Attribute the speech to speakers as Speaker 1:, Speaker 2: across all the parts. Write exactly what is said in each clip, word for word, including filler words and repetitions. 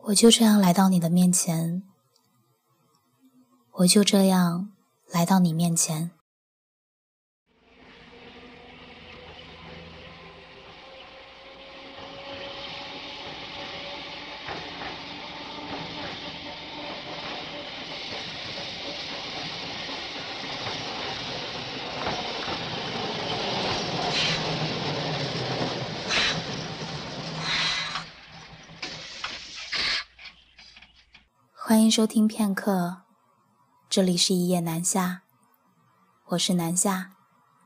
Speaker 1: 我就这样来到你的面前，我就这样来到你面前。欢迎收听片刻，这里是一夜南下，我是南下。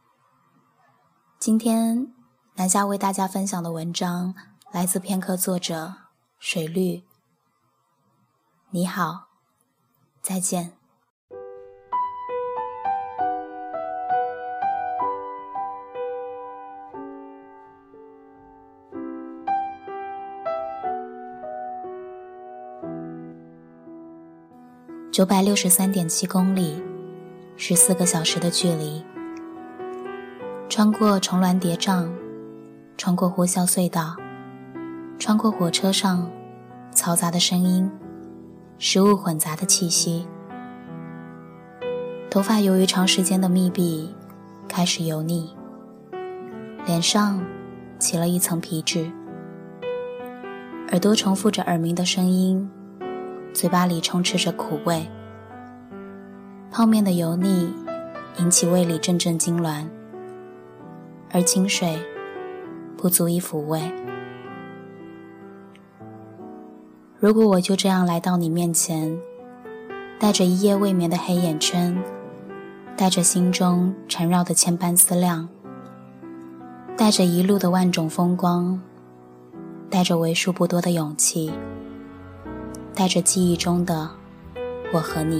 Speaker 1: 今天南下为大家分享的文章来自片刻作者水绿。你好，再见。九百六十三点七公里，十四个小时的距离，穿过重峦叠嶂，穿过呼啸隧道，穿过火车上嘈杂的声音，食物混杂的气息。头发由于长时间的密闭开始油腻，脸上起了一层皮脂，耳朵重复着耳鸣的声音，嘴巴里充斥着苦味，泡面的油腻引起胃里阵阵痉挛，而清水不足以抚慰。如果我就这样来到你面前，带着一夜未眠的黑眼圈，带着心中缠绕的千般思量，带着一路的万种风光，带着为数不多的勇气，带着记忆中的我和你。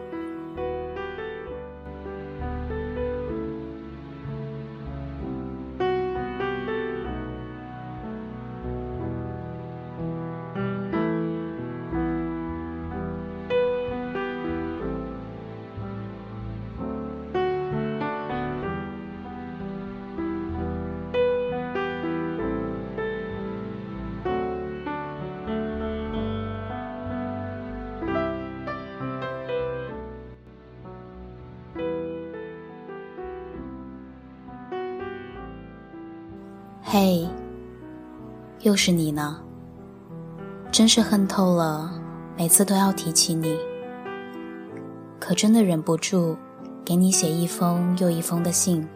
Speaker 1: 嘿，又是你呢，真是恨透了，每次都要提起你，可真的忍不住给你写一封又一封的信。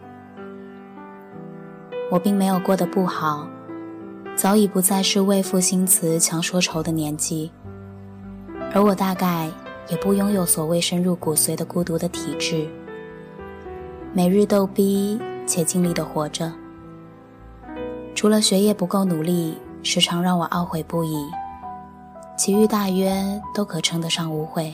Speaker 1: 我并没有过得不好，早已不再是为赋新词强说愁的年纪，而我大概也不拥有所谓深入骨髓的孤独的体质，每日逗逼且尽力地活着。除了学业不够努力，时常让我懊悔不已，其余大约都可称得上无悔。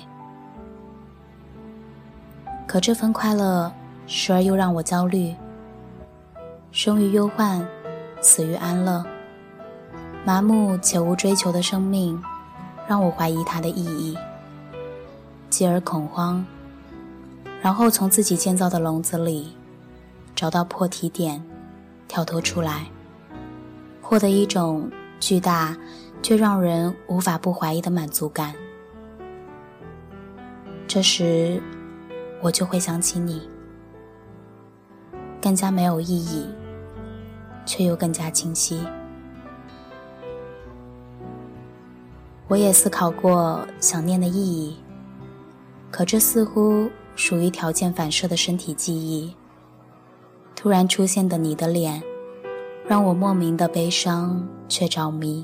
Speaker 1: 可这份快乐时而又让我焦虑，生于忧患，死于安乐，麻木且无追求的生命让我怀疑它的意义，继而恐慌，然后从自己建造的笼子里找到破题点，跳脱出来，获得一种巨大却让人无法不怀疑的满足感。这时我就会想起你，更加没有意义，却又更加清晰。我也思考过想念的意义，可这似乎属于条件反射的身体记忆。突然出现的你的脸让我莫名的悲伤却着迷。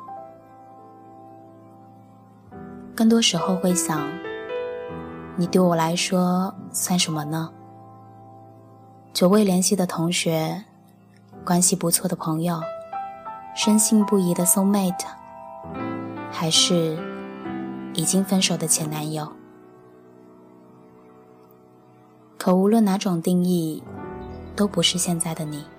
Speaker 1: 更多时候会想，你对我来说算什么呢？久未联系的同学，关系不错的朋友，深信不疑的 soulmate， 还是已经分手的前男友？可无论哪种定义，都不是现在的你。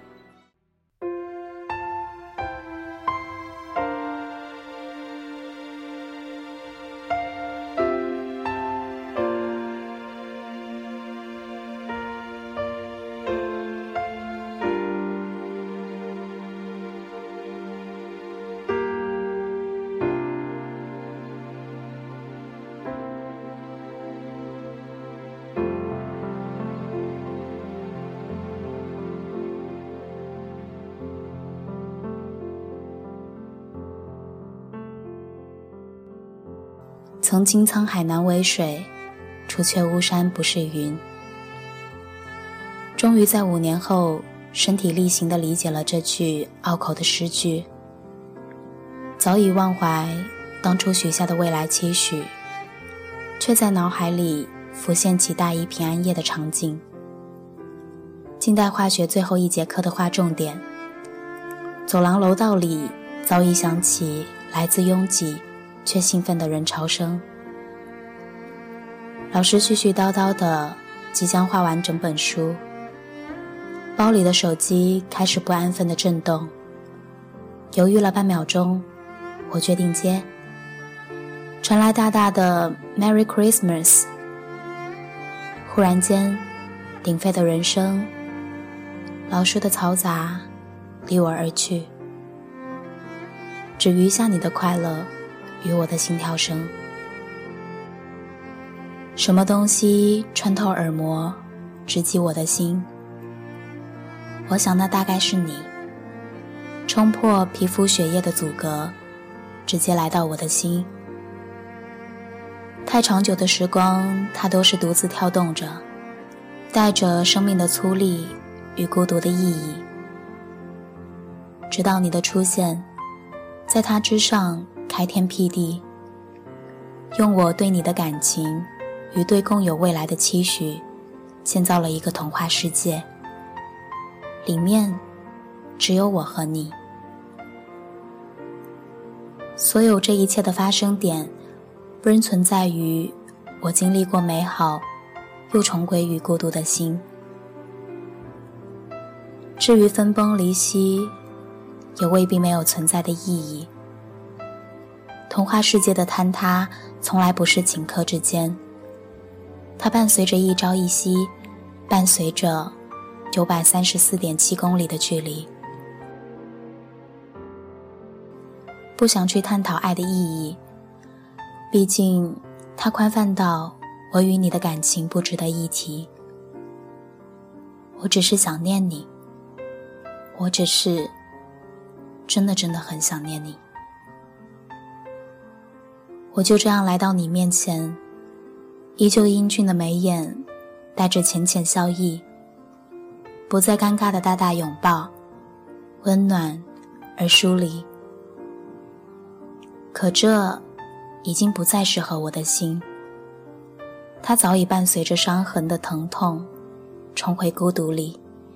Speaker 1: 曾经沧海难为水，除却巫山不是云。终于在五年后身体力行地理解了这句拗口的诗句，早已忘怀当初许下的未来期许，却在脑海里浮现起大一平安夜的场景。近代化学最后一节课的划重点，走廊楼道里早已响起来自拥挤却兴奋的人潮声。老师絮絮叨叨的即将画完整本书，包里的手机开始不安分的震动，犹豫了半秒钟，我决定接。传来大大的 Merry Christmas。 忽然间鼎沸的人声，老师的嘈杂离我而去，只余下你的快乐与我的心跳声。什么东西穿透耳膜，直击我的心？我想那大概是你，冲破皮肤血液的阻隔，直接来到我的心。太长久的时光，它都是独自跳动着，带着生命的粗粝与孤独的意义。直到你的出现，在它之上开天辟地，用我对你的感情与对共有未来的期许，建造了一个童话世界，里面只有我和你。所有这一切的发生点，不仍存在于我经历过美好又重归于孤独的心。至于分崩离析，也未必没有存在的意义。童话世界的坍塌从来不是顷刻之间，它伴随着一朝一夕，伴随着九百三十四点七公里的距离。不想去探讨爱的意义，毕竟它宽泛到我与你的感情不值得一提。我只是想念你，我只是真的真的很想念你。我就这样来到你面前，依旧英俊的眉眼带着浅浅笑意，不再尴尬的大大拥抱，温暖而疏离。可这已经不再适合我的心，它早已伴随着伤痕的疼痛重回孤独里。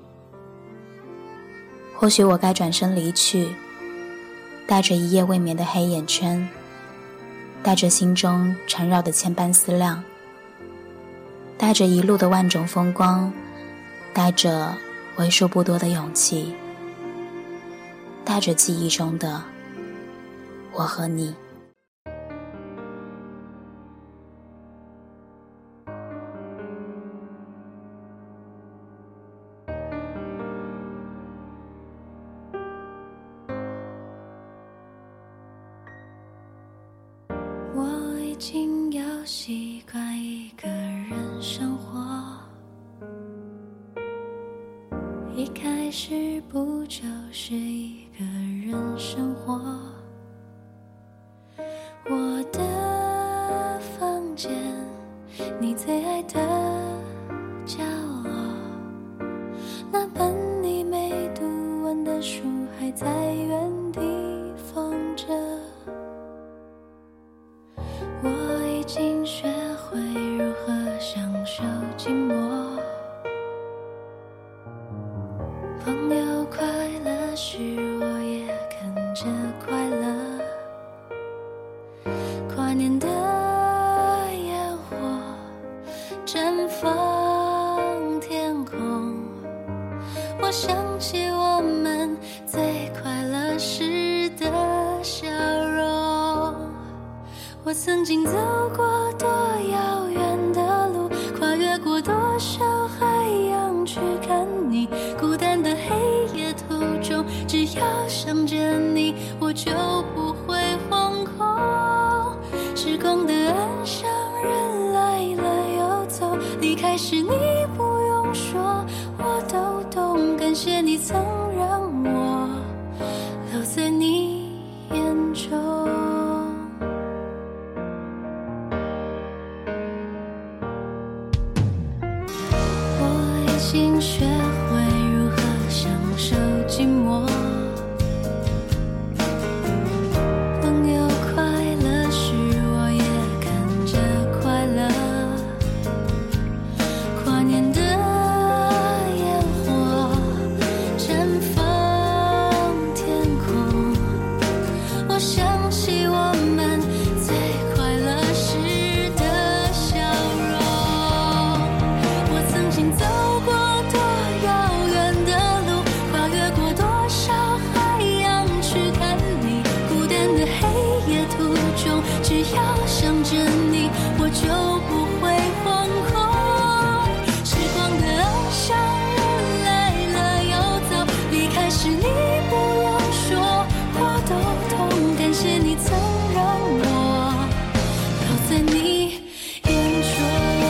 Speaker 1: 或许我该转身离去，带着一夜未眠的黑眼圈，带着心中缠绕的千般思量，带着一路的万种风光，带着为数不多的勇气，带着记忆中的我和你。
Speaker 2: 我已经要习惯一个人生活，一开始不就是一个人生活？我的房间，你最爱的角落，那本你没读完的书还在原地放着。我已经学会如何享受寂寞，朋友快乐时我也跟着快乐，跨年的烟火绽放天空，我想起我们最快乐时的笑容。我曾经走过多遥远的路，跨越过多少海洋去看你，孤单的黑夜途中，只要想着你，我就不会惶恐。时光的岸上，人来了又走，离开时你不用说，我都懂。感谢你曾让我留在你眼中。 经学会如何享受寂寞。朋友快乐时，我也跟着快乐。跨年的烟火绽放天空，我想起我们最快乐时的笑容。我曾经走过多遥远的路，跨越过多少海洋去看你。孤单的黑夜途中，只要想着你，我就不会惶恐。时光的翱翔，人来了又走，离开时你不用说，我都懂。感谢你曾让我留在你眼中。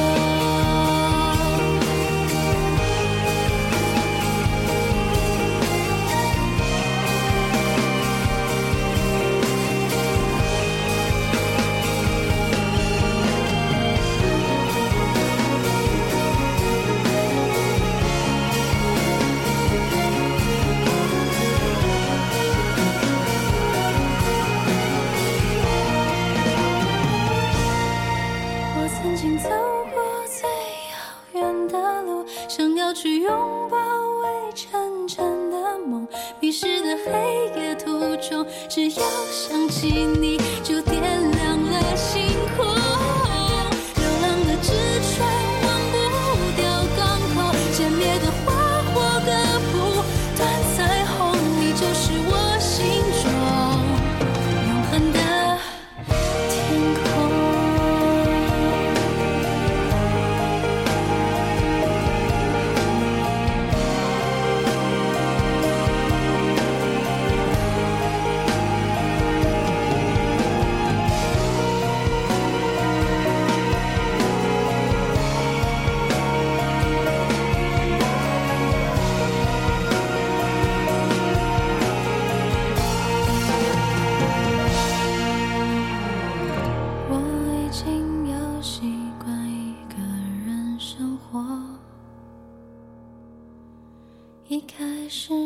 Speaker 2: 我曾经走过最遥远的路，想要去拥抱未成真的梦。迷失的黑夜途中，只要想起你，就点亮了星空。流浪的纸船，忘不掉港口，歼灭的花火，割不断彩虹。你就是我心中永恒的天空。我已经有习惯一个人生活，一开始